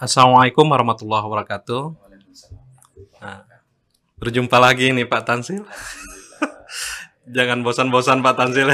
Assalamualaikum warahmatullahi wabarakatuh. Nah, berjumpa lagi nih Pak Tansil. Jangan bosan-bosan Pak Tansil.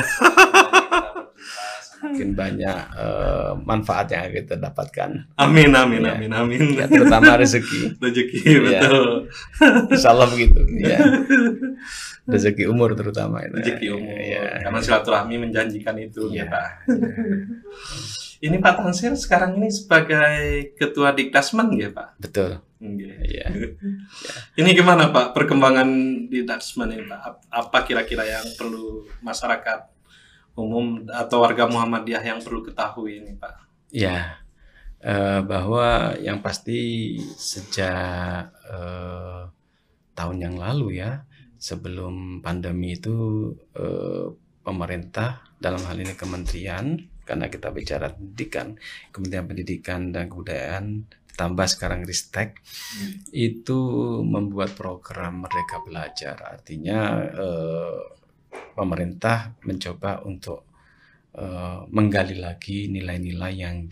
Makin banyak manfaat yang kita dapatkan. Amin, Ya. amin, amin. Ya, terutama rezeki. Rezeki, Ya. betul. Insya Allah begitu. Ya. Rezeki umur terutama itu. Rezeki umur. Ya. Karena silaturahmi menjanjikan itu, ya Ya. Pak. Ini Pak Tansil sekarang ini sebagai Ketua Dikdasmen ya Pak? Betul. Nggih. Ya. Ini gimana Pak perkembangan di Dikdasmen ini Pak? Apa kira-kira yang perlu masyarakat umum atau warga Muhammadiyah yang perlu ketahui ini Pak? Ya. Bahwa yang pasti sejak tahun yang lalu ya, sebelum pandemi itu pemerintah dalam hal ini kementerian, karena kita bicara pendidikan, Kementerian Pendidikan dan Kebudayaan tambah sekarang Ristek, itu membuat program Merdeka Belajar. Artinya pemerintah mencoba untuk menggali lagi nilai-nilai yang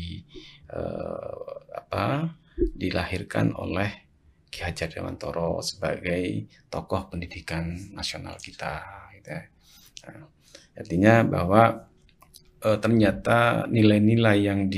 dilahirkan oleh Ki Hajar Dewantoro sebagai tokoh pendidikan nasional kita, gitu ya. Nah, artinya bahwa ternyata nilai-nilai yang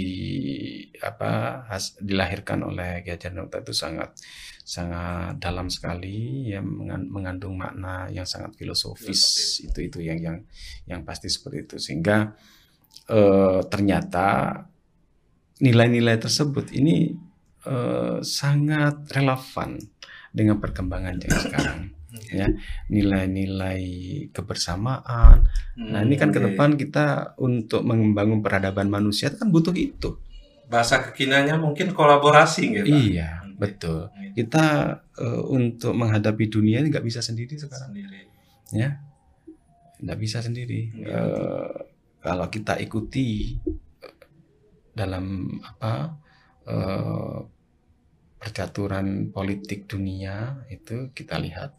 dilahirkan oleh Ki Hajar Dewantoro itu sangat dalam sekali, ya, mengandung makna yang sangat filosofis. Itu yang pasti seperti itu, sehingga ternyata nilai-nilai tersebut ini sangat relevan dengan perkembangan yang sekarang. Ya, nilai-nilai kebersamaan. Nah, ini kan ke depan kita untuk membangun peradaban manusia kan butuh itu. Bahasa kekiniannya mungkin kolaborasi nggak Pak? Iya, betul. Kita untuk menghadapi dunia ini nggak bisa sendiri sekarang. Ya, nggak bisa sendiri. Kalau kita ikuti dalam percaturan politik dunia itu, kita lihat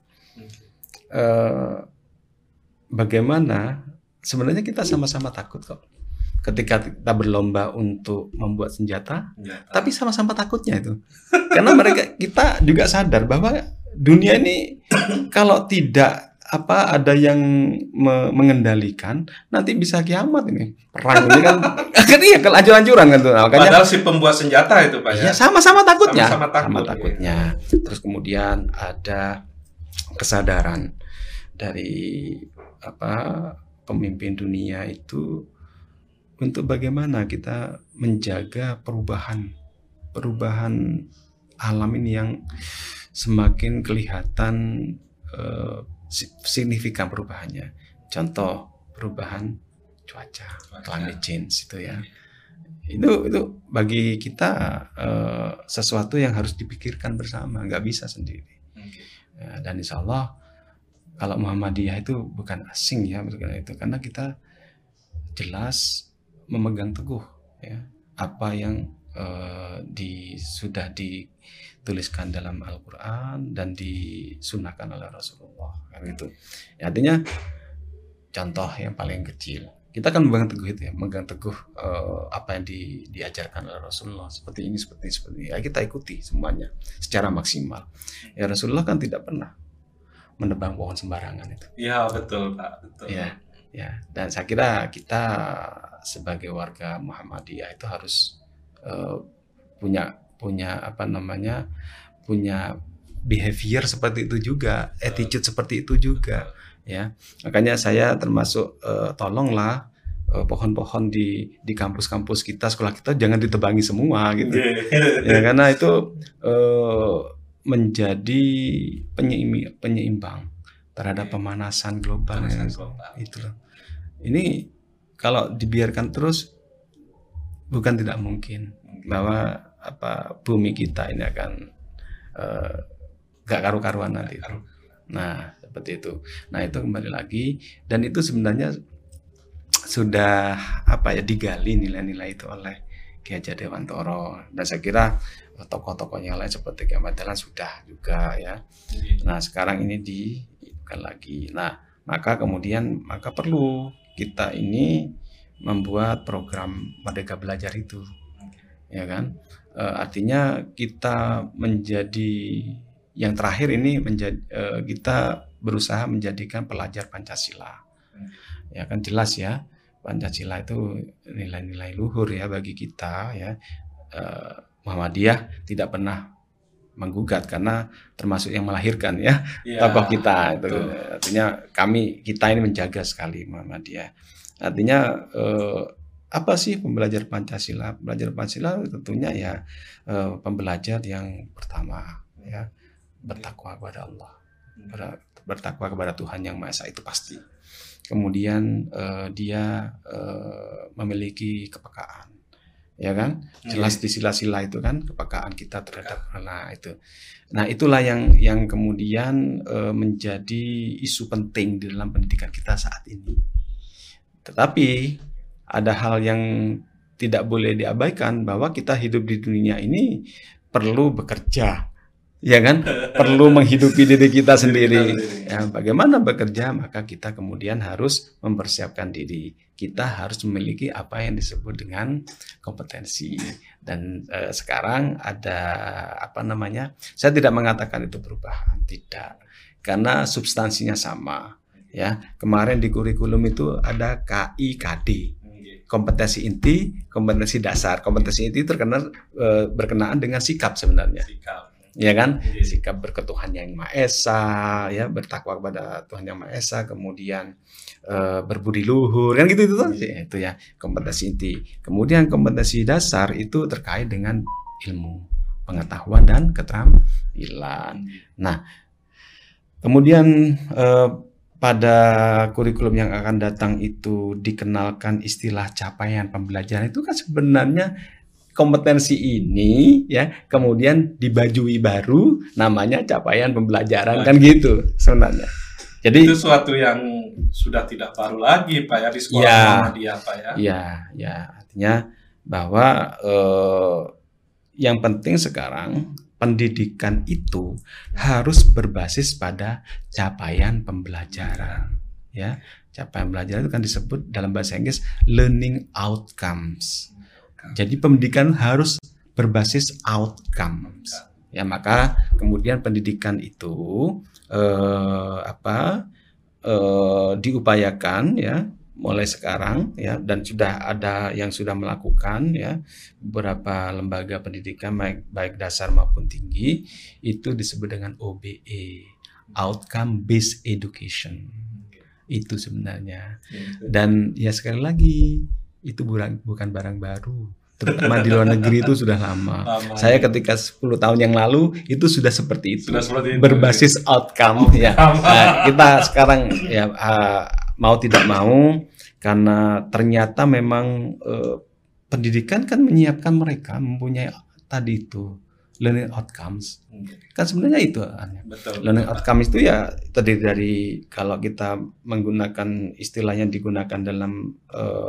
bagaimana sebenarnya kita sama-sama takut kok ketika kita berlomba untuk membuat senjata, tapi sama-sama takutnya itu karena kita juga sadar bahwa dunia ini kalau tidak ada yang mengendalikan, nanti bisa kiamat ini, perang ini kan iya kelanjur-lanjuran kan tuh. Makanya, padahal si pembuat senjata itu Pak ya. Ya sama-sama takutnya. Sama takutnya. Terus kemudian ada kesadaran dari pemimpin dunia itu untuk bagaimana kita menjaga perubahan alam ini yang semakin kelihatan signifikan perubahannya. Contoh perubahan cuaca, climate change itu ya. Itu bagi kita sesuatu yang harus dipikirkan bersama, nggak bisa sendiri. Ya, dan insya Allah kalau Muhammadiyah itu bukan asing ya itu, karena kita jelas memegang teguh ya apa yang sudah dituliskan dalam Al-Quran dan disunahkan oleh Rasulullah kan gitu. Ya, artinya contoh yang paling kecil, kita kan memegang teguh itu ya, memegang teguh apa yang diajarkan oleh Rasulullah, seperti ini ya, kita ikuti semuanya secara maksimal. Ya, Rasulullah kan tidak pernah menebang pohon sembarangan itu. Iya, betul Pak, betul. Ya, dan saya kira kita sebagai warga Muhammadiyah itu harus punya behavior seperti itu juga, attitude seperti itu juga. Ya, makanya saya termasuk tolonglah pohon-pohon di kampus-kampus kita, sekolah kita jangan ditebangi semua gitu. Ya, karena itu menjadi penyeimbang terhadap pemanasan global. Itu loh. Ini kalau dibiarkan terus bukan tidak mungkin bahwa bumi kita ini akan gak karu-karuan nanti itu. Nah, seperti itu. Nah, itu kembali lagi, dan itu sebenarnya sudah digali nilai-nilai itu oleh Ki Hajar Dewantoro, dan saya kira tokoh-tokoh yang lain seperti Ki Ahmad Dahlan sudah juga ya. Nah, sekarang ini bukan lagi. Nah, maka perlu kita ini membuat program Merdeka Belajar itu, ya kan? Artinya kita menjadi yang terakhir ini kita berusaha menjadikan pelajar Pancasila. Ya kan jelas ya, Pancasila itu nilai-nilai luhur ya bagi kita ya. Muhammadiyah tidak pernah menggugat karena termasuk yang melahirkan ya, tokoh kita itu. Artinya kita ini menjaga sekali Muhammadiyah. Artinya apa sih pembelajar Pancasila? Pembelajar Pancasila tentunya ya pembelajar yang pertama ya bertakwa kepada Allah, bertakwa kepada Tuhan Yang Maha Esa, itu pasti. Kemudian dia memiliki kepekaan, ya kan? Jelas di sila-sila itu kan kepekaan kita terhadap itu. Nah, itulah yang kemudian menjadi isu penting di dalam pendidikan kita saat ini. Tetapi ada hal yang tidak boleh diabaikan, bahwa kita hidup di dunia ini perlu bekerja, ya kan? Perlu menghidupi diri kita sendiri. Ya, bagaimana bekerja? Maka kita kemudian harus mempersiapkan diri. Kita harus memiliki apa yang disebut dengan kompetensi. Dan sekarang ada saya tidak mengatakan itu perubahan, tidak, karena substansinya sama. Ya, kemarin di kurikulum itu ada KIKD. Kompetensi inti, kompetensi dasar. Kompetensi inti berkenaan dengan sikap sebenarnya. Ya kan? Sikap berketuhan Yang Maha Esa, ya, bertakwa kepada Tuhan Yang Maha Esa, kemudian berbudi luhur, kan gitu itu ya, kompetensi inti. Kemudian kompetensi dasar itu terkait dengan ilmu, pengetahuan dan keterampilan. Nah, kemudian pada kurikulum yang akan datang itu dikenalkan istilah capaian pembelajaran. Itu kan sebenarnya kompetensi ini ya kemudian dibajui baru namanya capaian pembelajaran, kan gitu sebenarnya. Jadi itu suatu yang sudah tidak baru lagi Pak ya di sekolah Muhammadiyah Pak ya. Ya, artinya bahwa yang penting sekarang pendidikan itu harus berbasis pada capaian pembelajaran, ya. Capaian pembelajaran itu kan disebut dalam bahasa Inggris learning outcomes. Jadi pendidikan harus berbasis outcomes. Ya, maka kemudian pendidikan itu diupayakan ya mulai sekarang ya, dan sudah ada yang sudah melakukan ya, beberapa lembaga pendidikan baik dasar maupun tinggi itu disebut dengan OBE, outcome based education. Itu sebenarnya. Dan ya sekali lagi itu bukan barang baru, terutama di luar negeri itu sudah lama. Saya ketika 10 tahun yang lalu itu sudah seperti itu, berbasis outcome ya. Nah, kita sekarang ya mau tidak mau, karena ternyata memang pendidikan kan menyiapkan mereka mempunyai tadi itu learning outcomes. Kan sebenarnya itu betul, learning outcomes itu ya terdiri dari, kalau kita menggunakan istilahnya digunakan dalam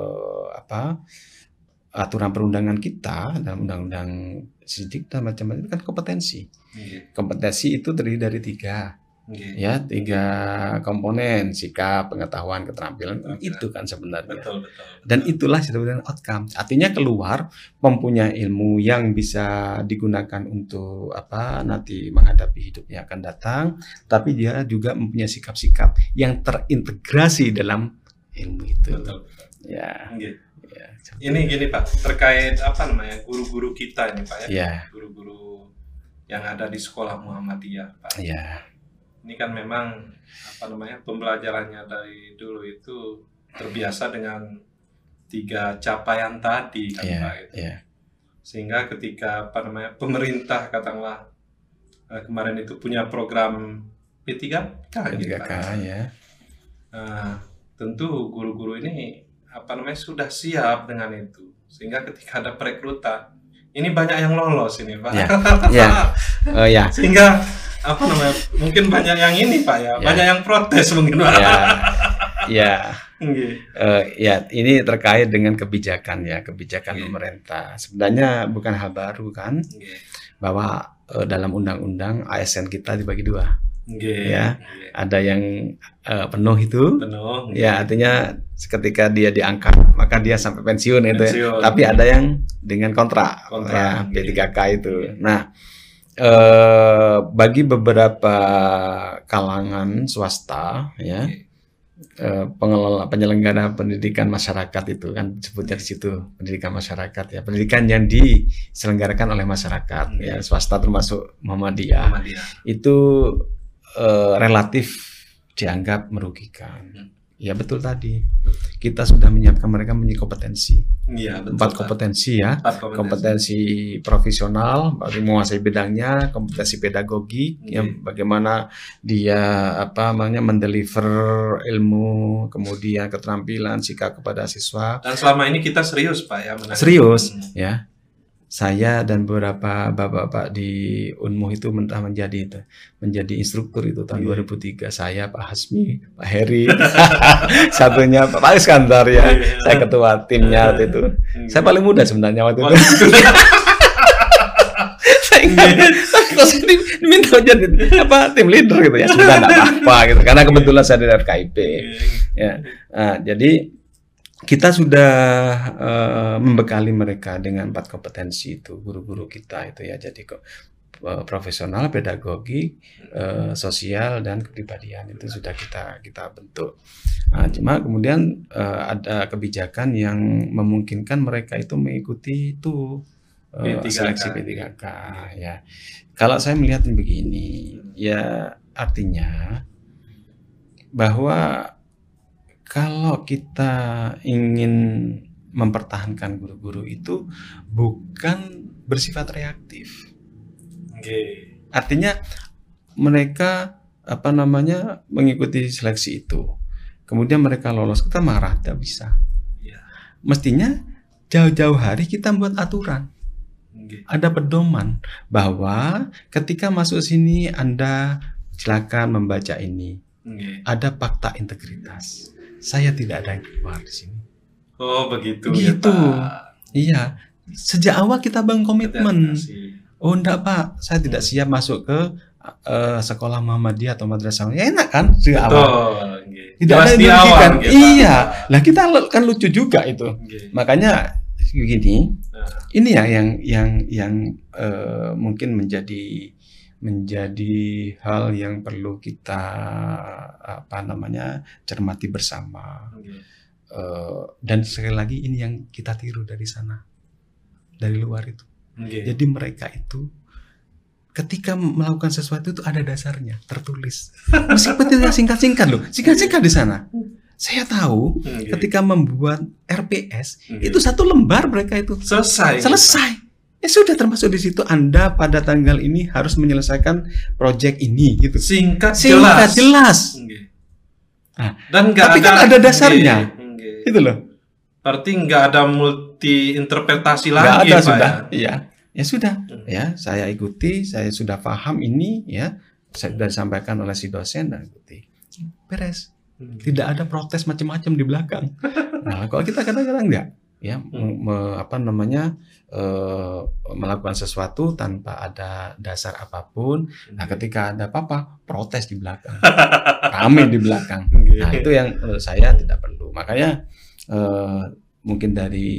aturan perundangan kita, dalam undang-undang sidik dan macam-macam, itu kan kompetensi. Kompetensi itu terdiri dari tiga komponen: sikap, pengetahuan, keterampilan. Itu kan sebenarnya. Betul. Dan itulah sebenarnya outcome. Artinya keluar mempunyai ilmu yang bisa digunakan untuk nanti menghadapi hidup yang akan datang, tapi dia juga mempunyai sikap-sikap yang terintegrasi dalam ilmu itu. Betul. Ya. Ini gini Pak, terkait guru-guru kita ini Pak ya. Guru-guru yang ada di sekolah Muhammadiyah Pak. Ya. Ini kan memang pembelajarannya dari dulu itu terbiasa dengan 3 capaian tadi kan Pak itu. Sehingga ketika pemerintah katakanlah kemarin itu punya program P3K gitu Pak. Ya. Tentu guru-guru ini sudah siap dengan itu, sehingga ketika ada perekrutan ini banyak yang lolos ini Pak. Sehingga mungkin banyak yang ini Pak ya, banyak yang protes mungkin Pak. Ini terkait dengan kebijakan pemerintah. Sebenarnya bukan hal baru kan, bahwa dalam undang-undang ASN kita dibagi 2. ya. Ada yang penuh itu, ya artinya ketika dia diangkat maka dia sampai pensiun itu ya. Tapi ada yang dengan kontrak ya, P3K itu. Nah, bagi beberapa kalangan swasta ya, pengelola penyelenggara pendidikan masyarakat itu kan sebutnya di situ, pendidikan masyarakat ya, pendidikan yang diselenggarakan oleh masyarakat ya, swasta termasuk Muhammadiyah. Itu relatif dianggap merugikan. Ya betul tadi. Kita sudah menyiapkan mereka menjadi kompetensi. Iya, betul, 4 kompetensi ya. Kompetensi profesional, bagi menguasai bidangnya, kompetensi pedagogik, yang bagaimana dia mendeliver ilmu, kemudian keterampilan, sikap kepada siswa. Dan selama ini kita serius Pak ya. Serius ya. Saya dan beberapa bapak-bapak di Unmuh itu menjadi instruktur itu tahun 2003. Saya, Pak Hasmi, Pak Heri, satunya Pak Iskandar ya. Saya ketua timnya waktu itu. Saya paling muda sebenarnya waktu itu. Saya diminta jadi tim leader gitu ya. Sudah enggak apa-apa gitu. Karena kebetulan saya dari FKIP. Ya. Nah, jadi kita sudah membekali mereka dengan 4 kompetensi itu, guru-guru kita itu ya. Jadi profesional, pedagogik, sosial, dan kepribadian itu sudah kita bentuk. Nah, cuma kemudian ada kebijakan yang memungkinkan mereka itu mengikuti itu seleksi P3K ya. Kalau saya melihat begini, ya artinya bahwa kalau kita ingin mempertahankan guru-guru itu bukan bersifat reaktif. Artinya mereka mengikuti seleksi itu. Kemudian mereka lolos, kita marah, tidak bisa. Mestinya jauh-jauh hari kita buat aturan. Ada pedoman bahwa ketika masuk sini Anda silakan membaca ini. Ada fakta integritas. Saya tidak ada yang keluar di sini. Oh begitu. Gitu. Iya. Sejak awal kita bangun komitmen. Oh enggak Pak, saya tidak siap masuk ke sekolah Muhammadiyah atau madrasah. Ya enak kan sejak awal. Tidak ada yang dirugikan. Iya. Lah kita kan lucu juga itu. Makanya begini. Ini ya yang mungkin menjadi hal yang perlu kita cermati bersama. Dan sekali lagi ini yang kita tiru dari sana, dari luar itu. Jadi mereka itu ketika melakukan sesuatu itu ada dasarnya, tertulis. Meskipun tidak singkat-singkat loh, singkat-singkat di sana. Saya tahu ketika membuat RPS itu 1 lembar mereka itu selesai. Ya sudah, termasuk di situ Anda pada tanggal ini harus menyelesaikan proyek ini gitu. Singkat jelas. Nah, dan tapi kan ada dasarnya. Itu loh. Berarti nggak ada multi interpretasi lagi. Nggak ada Pak, sudah. ya? Iya. Ya sudah. Ya, saya ikuti, saya sudah paham ini ya. Saya sudah disampaikan oleh si dosen dan ikuti. Beres. Tidak ada protes macam-macam di belakang. Nah, kalau kita kadang-kadang enggak ya melakukan sesuatu tanpa ada dasar apapun. Nah, ketika ada apa-apa, protes di belakang, rame di belakang. Nah, itu yang menurut saya tidak perlu. Makanya mungkin dari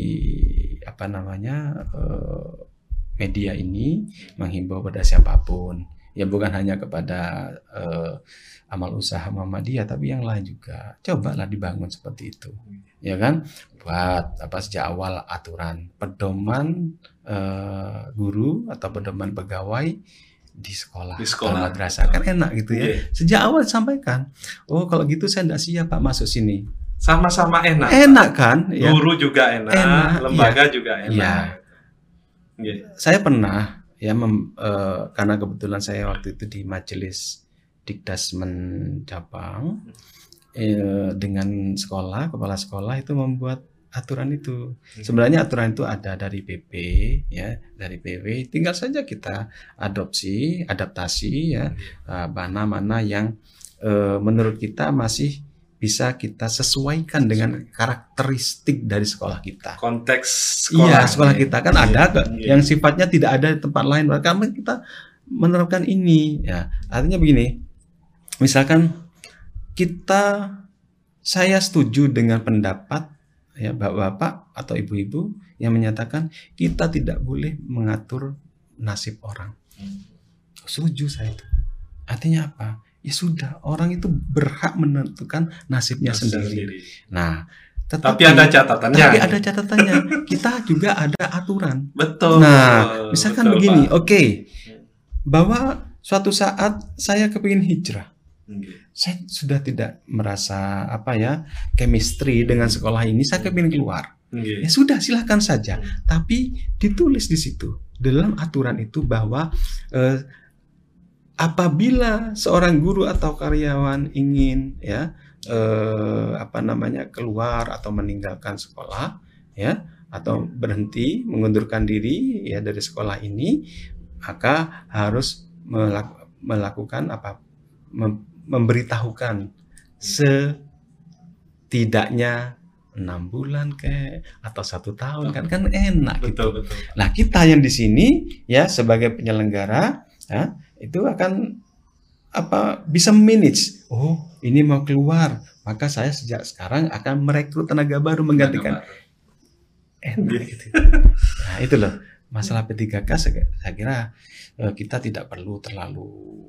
media ini menghimbau pada siapapun, ya bukan hanya kepada amal usaha Muhammadiyah, tapi yang lain juga. Cobalah dibangun seperti itu. Ya kan, buat sejak awal aturan pedoman guru atau pedoman pegawai di sekolah madrasah kan enak gitu ya. Sejak awal disampaikan, oh kalau gitu saya tidak siap Pak masuk sini. Sama-sama enak kan ya. Guru juga enak lembaga juga enak ya. Saya pernah ya karena kebetulan saya waktu itu di majelis Dikdasmen cabang dengan kepala sekolah itu membuat aturan itu. Sebenarnya aturan itu ada dari PP ya, dari PW. Tinggal saja kita adaptasi ya, mana yang menurut kita masih bisa kita sesuaikan dengan karakteristik dari sekolah kita. Konteks sekolah. Iya, sekolah kita kan ada yang sifatnya tidak ada di tempat lain. Karena kita menerapkan ini ya. Artinya begini, misalkan saya setuju dengan pendapat ya bapak-bapak atau ibu-ibu yang menyatakan kita tidak boleh mengatur nasib orang. Setuju saya itu. Artinya apa? Ya sudah, orang itu berhak menentukan nasibnya sendiri. Nah, tapi ada catatannya. Tapi ada catatannya. Kita juga ada aturan. Betul. Nah, misalkan betul, begini, oke, bahwa suatu saat saya kepingin hijrah. Saya sudah tidak merasa chemistry dengan sekolah ini, saya kepingin keluar. Ya sudah, silahkan saja. Tapi ditulis di situ dalam aturan itu bahwa apabila seorang guru atau karyawan ingin keluar atau meninggalkan sekolah ya atau berhenti mengundurkan diri ya dari sekolah ini, maka harus melakukan memberitahukan setidaknya 6 bulan atau 1 tahun kan enak gitu. Betul. Nah, kita yang di sini ya sebagai penyelenggara ya itu akan bisa manage. Oh, ini mau keluar, maka saya sejak sekarang akan merekrut tenaga baru menggantikan. Enak gitu. Nah, itu loh masalah P3K. Saya kira kita tidak perlu terlalu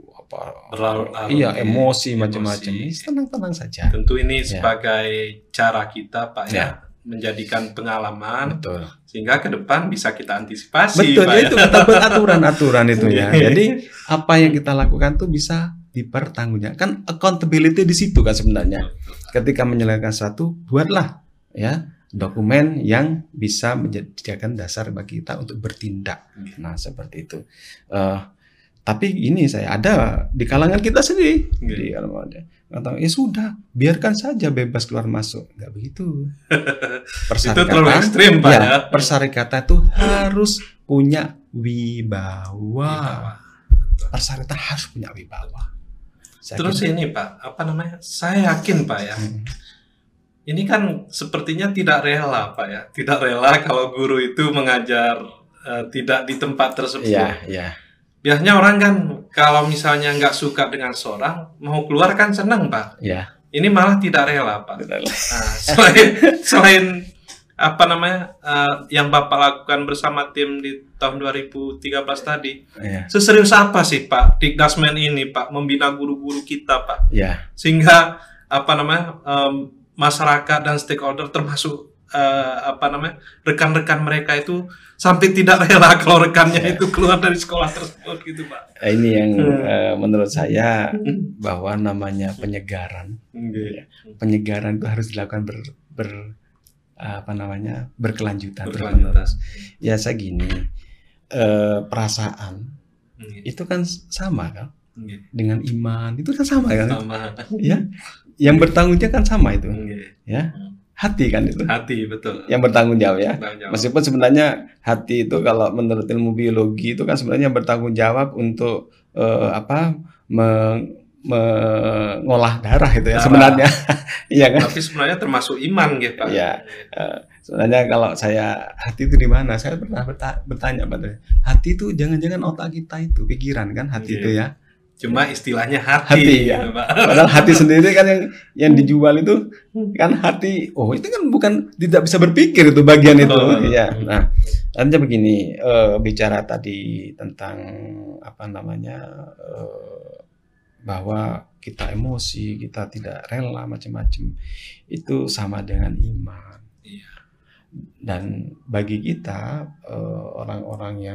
emosi macam-macam. Tenang-tenang saja. Tentu ini sebagai cara kita, Pak ya, menjadikan pengalaman. Betul. Sehingga ke depan bisa kita antisipasi. Betul, Pak, itu kita beraturan itu ya. Jadi apa yang kita lakukan tuh bisa dipertanggungjawabkan. Kan accountability di situ kan sebenarnya. Ketika menyelenggarakan sesuatu, buatlah ya dokumen yang bisa menjadikan dasar bagi kita untuk bertindak. Nah, seperti itu. Tapi ini saya ada di kalangan kita sendiri. Di kata, ya sudah, biarkan saja bebas keluar masuk. Nggak begitu. Itu terlalu ekstrim, Pak ya. Persyaratan itu harus punya wibawa. Persyaratan harus punya wibawa. Terus ini Pak, saya yakin Pak ya. Ini kan sepertinya tidak rela Pak ya. Tidak rela kalau guru itu mengajar tidak di tempat tersebut. Iya. Biasanya orang kan kalau misalnya nggak suka dengan seorang, mau keluar kan senang Pak. Iya. Ini malah tidak rela Pak. Nah, selain yang Bapak lakukan bersama tim di tahun 2013 tadi, seserius apa sih Pak Dikdasmen ini Pak membina guru-guru kita Pak? Iya. Sehingga masyarakat dan stakeholder termasuk rekan-rekan mereka itu sampai tidak rela kalau rekannya itu keluar dari sekolah tersebut gitu Pak. Ini yang menurut saya bahwa namanya penyegaran. Penyegaran itu harus dilakukan berkelanjutan terus. Ya saya gini, perasaan itu kan sama kan dengan iman itu kan sama kan? Sama. Ya, yang bertanggung jawab kan sama itu. Ya. Hati kan itu. Hati, betul. Yang bertanggung jawab ya. Meskipun sebenarnya hati itu kalau menurut ilmu biologi itu kan sebenarnya bertanggung jawab untuk mengolah darah itu ya sebenarnya. Iya kan? Tapi sebenarnya termasuk iman gitu Pak. Iya. Sebenarnya kalau saya hati itu di mana? Saya pernah bertanya pada hati itu jangan-jangan otak kita itu pikiran kan hati itu ya. Cuma istilahnya hati ya. Pak. Padahal hati sendiri kan yang dijual itu kan hati. Oh, itu kan bukan tidak bisa berpikir itu bagian itu. Iya. Nah, artinya begini, bicara tadi tentang bahwa kita emosi, kita tidak rela macam-macam. Itu sama dengan iman. Dan bagi kita orang-orang yang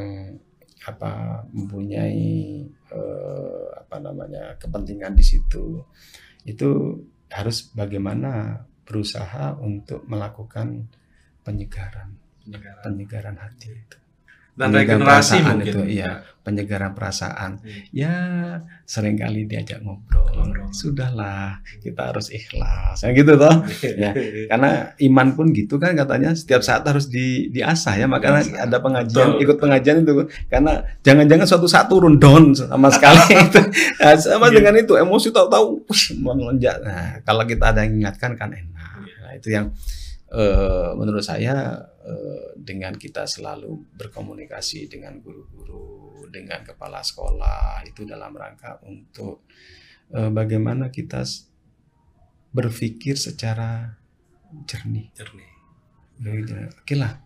mempunyai kepentingan di situ, itu harus bagaimana berusaha untuk melakukan penyegaran hati itu. Dan regenerasi mungkin itu, ya, penyegaran perasaan. Ya, seringkali diajak ngobrol. Sudahlah, kita harus ikhlas. Ya gitu toh. Ya, karena iman pun gitu kan katanya setiap saat harus diasah ya. Makanya ada pengajian, ikut pengajian itu. Karena jangan-jangan suatu saat turun down sama sekali itu. Nah, sama dengan itu emosi tahu-tahu melonjak. Nah, kalau kita ada yang ingatkan kan enak. Nah, itu yang menurut saya dengan kita selalu berkomunikasi dengan guru-guru, dengan kepala sekolah itu dalam rangka untuk bagaimana kita berpikir secara jernih. Oke lah.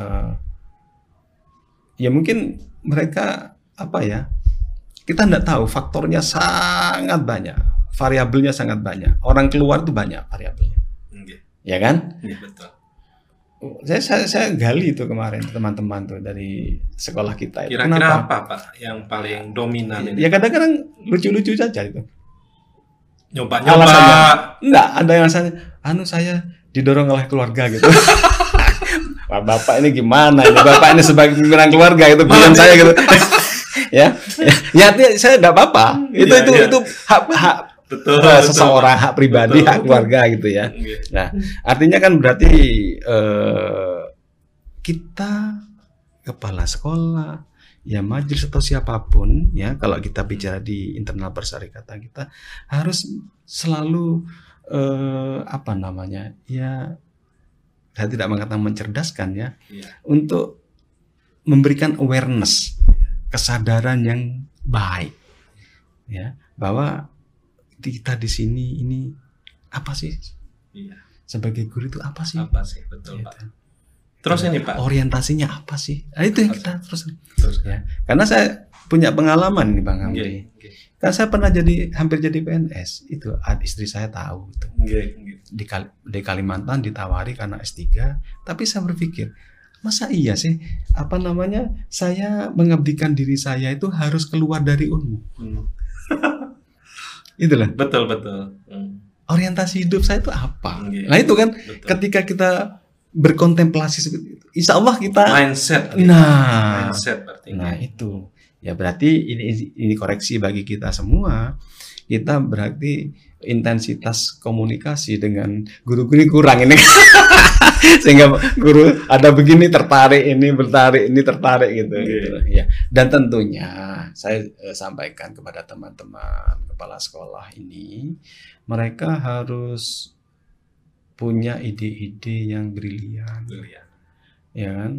Ya mungkin mereka apa ya? Kita tidak tahu, faktornya sangat banyak, variabelnya sangat banyak. Orang keluar itu banyak variabelnya, ya kan? Betul. Saya gali itu kemarin teman-teman tuh dari sekolah kita. Kira-kira apa Pak yang paling dominan ini? Ya kadang-kadang lucu-lucu saja itu. Nyoba-nyoba. Enggak, ada yang saya didorong oleh keluarga gitu. Wah, Bapak ini gimana? Ini Bapak ini sebagai pimpinan keluarga itu klien saya gitu. ya, saya enggak apa-apa. Itu hak betul, seseorang, hak pribadi, hak keluarga gitu ya. Nah, artinya kan berarti kita kepala sekolah, ya majelis atau siapapun ya, kalau kita bicara di internal persyarikatan kita harus selalu apa namanya? Ya, saya tidak mengatakan mencerdaskan ya, untuk memberikan awareness, kesadaran yang baik ya, bahwa kita di sini ini apa sih? Sebagai guru itu apa sih? Betul gitu. Pak. Terus ini Pak, orientasinya apa sih? Nah, itu yang kita terus ya. Karena saya punya pengalaman nih Bang Hamdi. Kan saya pernah hampir jadi PNS. Itu istri saya tahu itu. Di Kalimantan ditawari karena S3, tapi saya berpikir, masa iya sih saya mengabdikan diri saya itu harus keluar dari Unmu. Itulah. Betul. Orientasi hidup saya itu apa? Nah itu kan ketika kita berkontemplasi seperti itu, insya Allah kita mindset. Mindset berarti. Nah itu ya berarti ini koreksi bagi kita semua. Kita berarti intensitas komunikasi dengan guru-guru kurang ini. Sehingga guru ada begini tertarik ini tertarik gitu. Ya. Dan tentunya saya sampaikan kepada teman-teman kepala sekolah ini, mereka harus punya ide-ide yang brilian. Ya kan?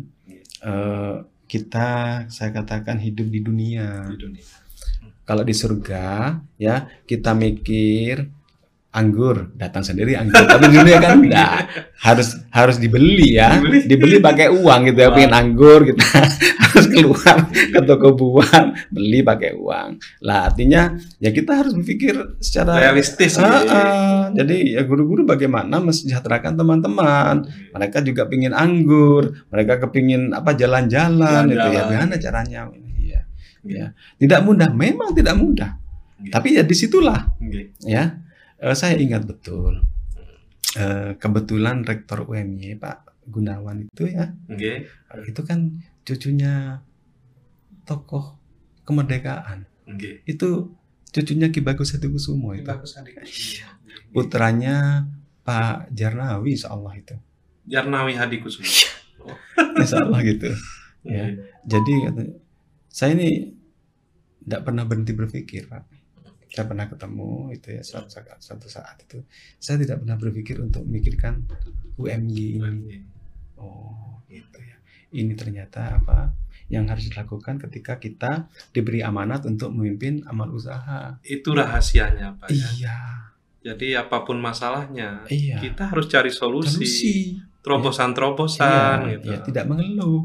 Saya katakan hidup di dunia. Kalau di surga ya kita mikir anggur, datang sendiri anggur. Tapi di dunia kan enggak, harus dibeli ya, dibeli pakai uang gitu ya. Pengen anggur kita harus keluar ke toko buah, beli pakai uang. Lah artinya ya kita harus berpikir secara realistis. Jadi ya guru-guru bagaimana mensejahterakan teman-teman. Mereka juga pingin anggur, mereka kepingin jalan-jalan gitu ya. Bagaimana caranya? Ya, tidak mudah, memang tidak mudah. Tapi ya disitulah ya. Saya ingat betul, kebetulan Rektor UMY Pak Gunawan itu ya, itu kan cucunya tokoh kemerdekaan, itu cucunya Ki Bagus Hadikusumo itu, putranya Pak Jarnawi, insya Allah itu. Jarnawi Hadikusumo, insya Allah gitu. Ya, jadi saya ini tidak pernah berhenti berpikir Pak. Saya pernah ketemu itu ya suatu saat itu saya tidak pernah berpikir untuk memikirkan UMY ini. Oh gitu ya. Ini ternyata apa yang harus dilakukan ketika kita diberi amanat untuk memimpin amal usaha. Itu rahasianya Pak. Iya. Jadi apapun masalahnya kita harus cari solusi. Terobosan gitu. Ya, tidak mengeluh.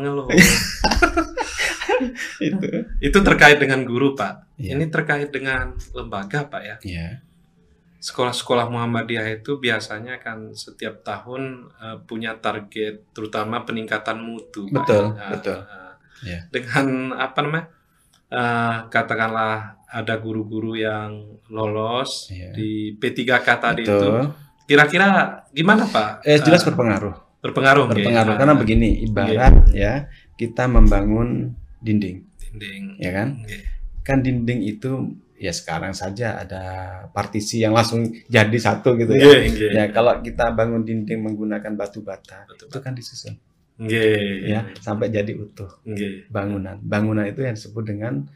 Itu terkait dengan guru Pak. Ini terkait dengan lembaga Pak ya. Sekolah-sekolah Muhammadiyah itu biasanya kan setiap tahun punya target, terutama peningkatan mutu. Betul. Dengan katakanlah ada guru-guru yang lolos di P3K tadi itu. Kira-kira gimana Pak? Jelas berpengaruh. Berpengaruh karena begini, ibarat ya kita membangun dinding, ya kan? Kan dinding itu ya sekarang saja ada partisi yang langsung jadi satu gitu ya. Ya kalau kita bangun dinding menggunakan batu bata, itu kan disusun, ya sampai jadi utuh bangunan. Bangunan itu yang disebut dengan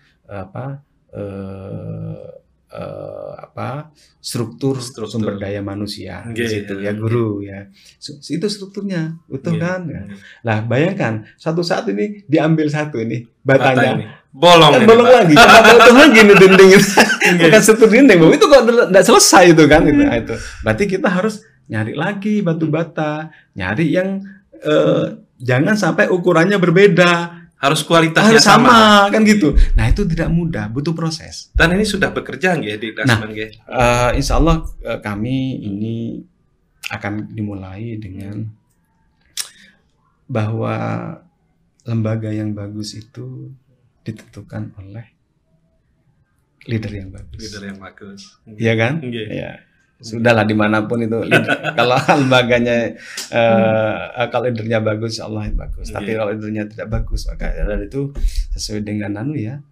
struktur sumber daya manusia di situ ya guru ya. Itu strukturnya utuh kan. Nah, bayangkan suatu saat ini diambil satu ini batanya. bolong kan ini, bolong Pak. lagi. Kenapa utuh lagi nih dinding itu? Bukan satu dinding, Bu. Itu kok tidak selesai itu kan itu. Nah, itu. Berarti kita harus nyari lagi batu bata, nyari yang jangan sampai ukurannya berbeda. Harus kualitasnya harus sama kan gitu. Nah, itu tidak mudah, butuh proses. Dan ini sudah bekerja nggih di Dasman nggih? Insya Allah kami ini akan dimulai dengan bahwa lembaga yang bagus itu ditentukan oleh leader yang bagus. Leader yang bagus. Iya kan? Nggih. Ya. Sudahlah dimanapun itu kalau lembaganya kalau leadernya bagus, Allah yang bagus. Tapi kalau leadernya tidak bagus, maka itu sesuai dengan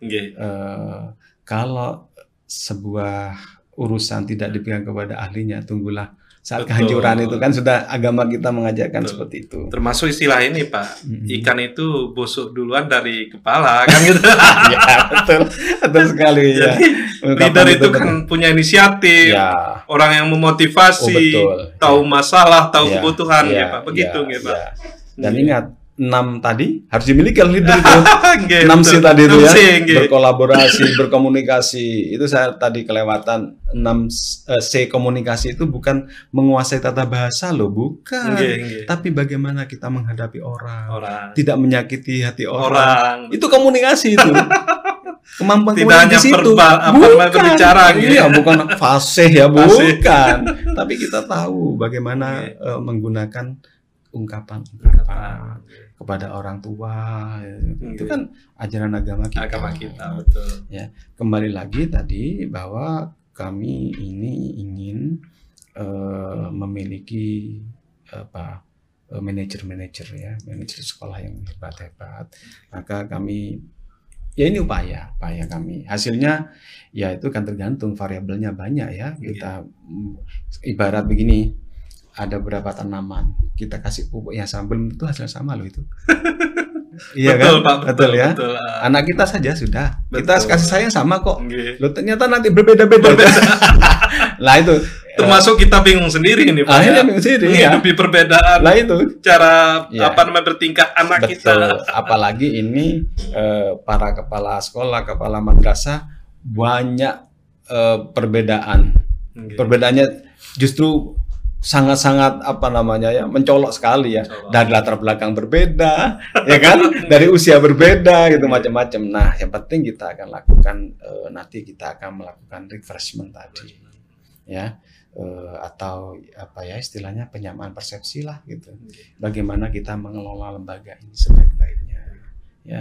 kalau sebuah urusan tidak dipegang kepada ahlinya, tunggulah saat kehancuran itu kan sudah agama kita mengajarkan seperti itu. Termasuk istilah ini, Pak, ikan itu busuk duluan dari kepala kan gitu. Ya, betul sekali. Jadi leader itu kan punya inisiatif, orang yang memotivasi, tahu masalah, tahu kebutuhan, ya Pak. Begitu, ya Pak. Dan ingat 6 tadi harus dimiliki oleh leader itu. 6C tadi itu ya, berkolaborasi, berkomunikasi. Itu saya tadi kelewatan 6C komunikasi itu bukan menguasai tata bahasa loh, bukan. Tapi bagaimana kita menghadapi orang. Tidak menyakiti hati orang. Itu komunikasi itu. Kemampuan komunikasi itu bukan berbicara, bukan fasih ya, bukan. Tapi kita tahu bagaimana menggunakan ungkapan kepada orang tua, itu kan ajaran agama kita. Betul. Ya, kembali lagi tadi bahwa kami ini ingin memiliki manajer sekolah yang hebat. Maka kami ini upaya kami. Hasilnya ya itu kan tergantung, variabelnya banyak ya. Kita ibarat begini, ada beberapa tanaman, kita kasih pupuk yang sama, belum tentu hasilnya sama loh itu. Iya betul, kan? Pak, betul ya. Betul. Anak kita saja sudah. Kita kasih sayang sama kok. Loh, ternyata nanti berbeda-beda. Lah itu. Termasuk kita bingung sendiri nih, Pak. Akhirnya bingung sendiri. Menghidupi perbedaan. Lah itu. Cara bertingkah anak kita. Apalagi ini para kepala sekolah, kepala madrasah banyak perbedaan. Perbedaannya justru sangat-sangat mencolok sekali ya. Dari latar belakang berbeda, ya kan, dari usia berbeda gitu, macam-macam. Nah, yang penting kita akan lakukan nanti kita akan melakukan refreshment tadi, ya, atau istilahnya penyamaan persepsi lah gitu. Bagaimana kita mengelola lembaga ini sebaik-baiknya, ya,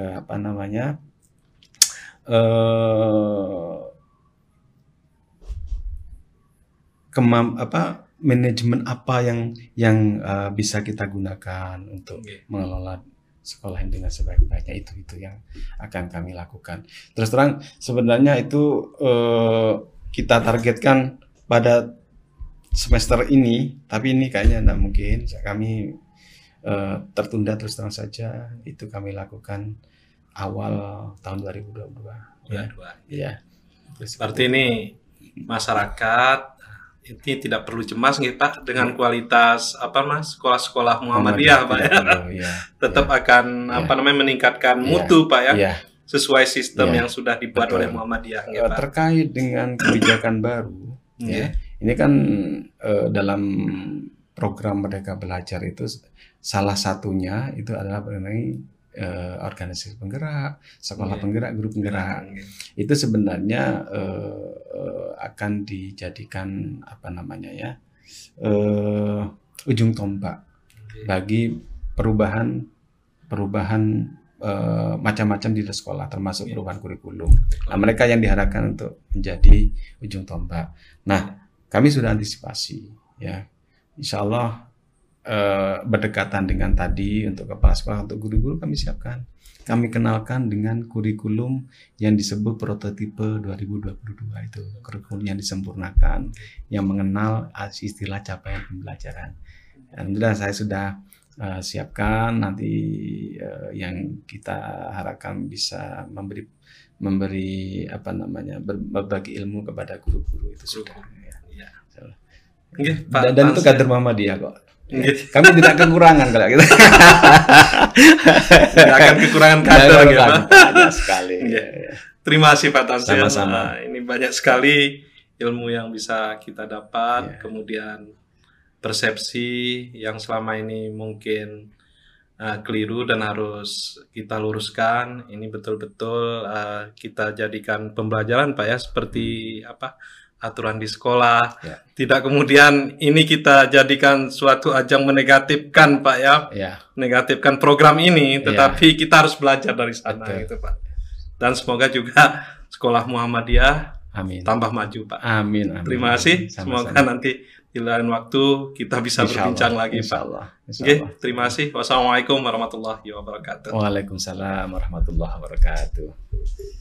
manajemen apa yang bisa kita gunakan untuk mengelola sekolah ini dengan sebaik-baiknya, itu yang akan kami lakukan. Terus terang sebenarnya itu kita targetkan pada semester ini, tapi ini kayaknya tidak mungkin. Kami tertunda, terus terang saja. Itu kami lakukan awal tahun 2022. Ya. Seperti ini masyarakat ini tidak perlu cemas nih Pak dengan kualitas sekolah-sekolah Muhammadiyah Pak ya. Tetap akan meningkatkan mutu Pak ya. Sesuai sistem yang sudah dibuat oleh Muhammadiyah ya, Pak. Terkait dengan kebijakan baru ya. Ini kan dalam program Merdeka Belajar itu salah satunya itu adalah mengenai organisasi penggerak, sekolah penggerak, guru penggerak. Itu sebenarnya akan dijadikan ujung tombak bagi perubahan macam-macam di sekolah, termasuk perubahan kurikulum. Nah, mereka yang diharapkan untuk menjadi ujung tombak. Nah, kami sudah antisipasi, ya. Insya Allah berdekatan dengan tadi untuk kepala sekolah, untuk guru-guru kami siapkan. Kami kenalkan dengan kurikulum yang disebut prototipe 2022 itu, kurikulum yang disempurnakan, yang mengenal istilah capaian pembelajaran. Alhamdulillah saya sudah siapkan nanti yang kita harapkan bisa memberi berbagi ilmu kepada guru-guru itu sudah. Ya. Okay, Dan itu kader Muhammadiyah kok. Kami tidak kekurangan kalau kita. Tidak akan kekurangan kader ya Pak. Banyak sekali. Terima kasih Pak Tamsil. Sama-sama. Ini banyak sekali ilmu yang bisa kita dapat, kemudian persepsi yang selama ini mungkin keliru dan harus kita luruskan. Ini betul-betul kita jadikan pembelajaran Pak ya, seperti aturan di sekolah. Tidak kemudian ini kita jadikan suatu ajang menegatifkan Pak ya, negatifkan program ini, tetapi kita harus belajar dari sana gitu Pak. Dan semoga juga sekolah Muhammadiyah tambah maju Pak. Amin. Terima kasih. Semoga nanti di lain waktu kita bisa berbincang lagi Pak. Oke, terima kasih. Wassalamualaikum warahmatullahi wabarakatuh. Waalaikumsalam warahmatullahi wabarakatuh.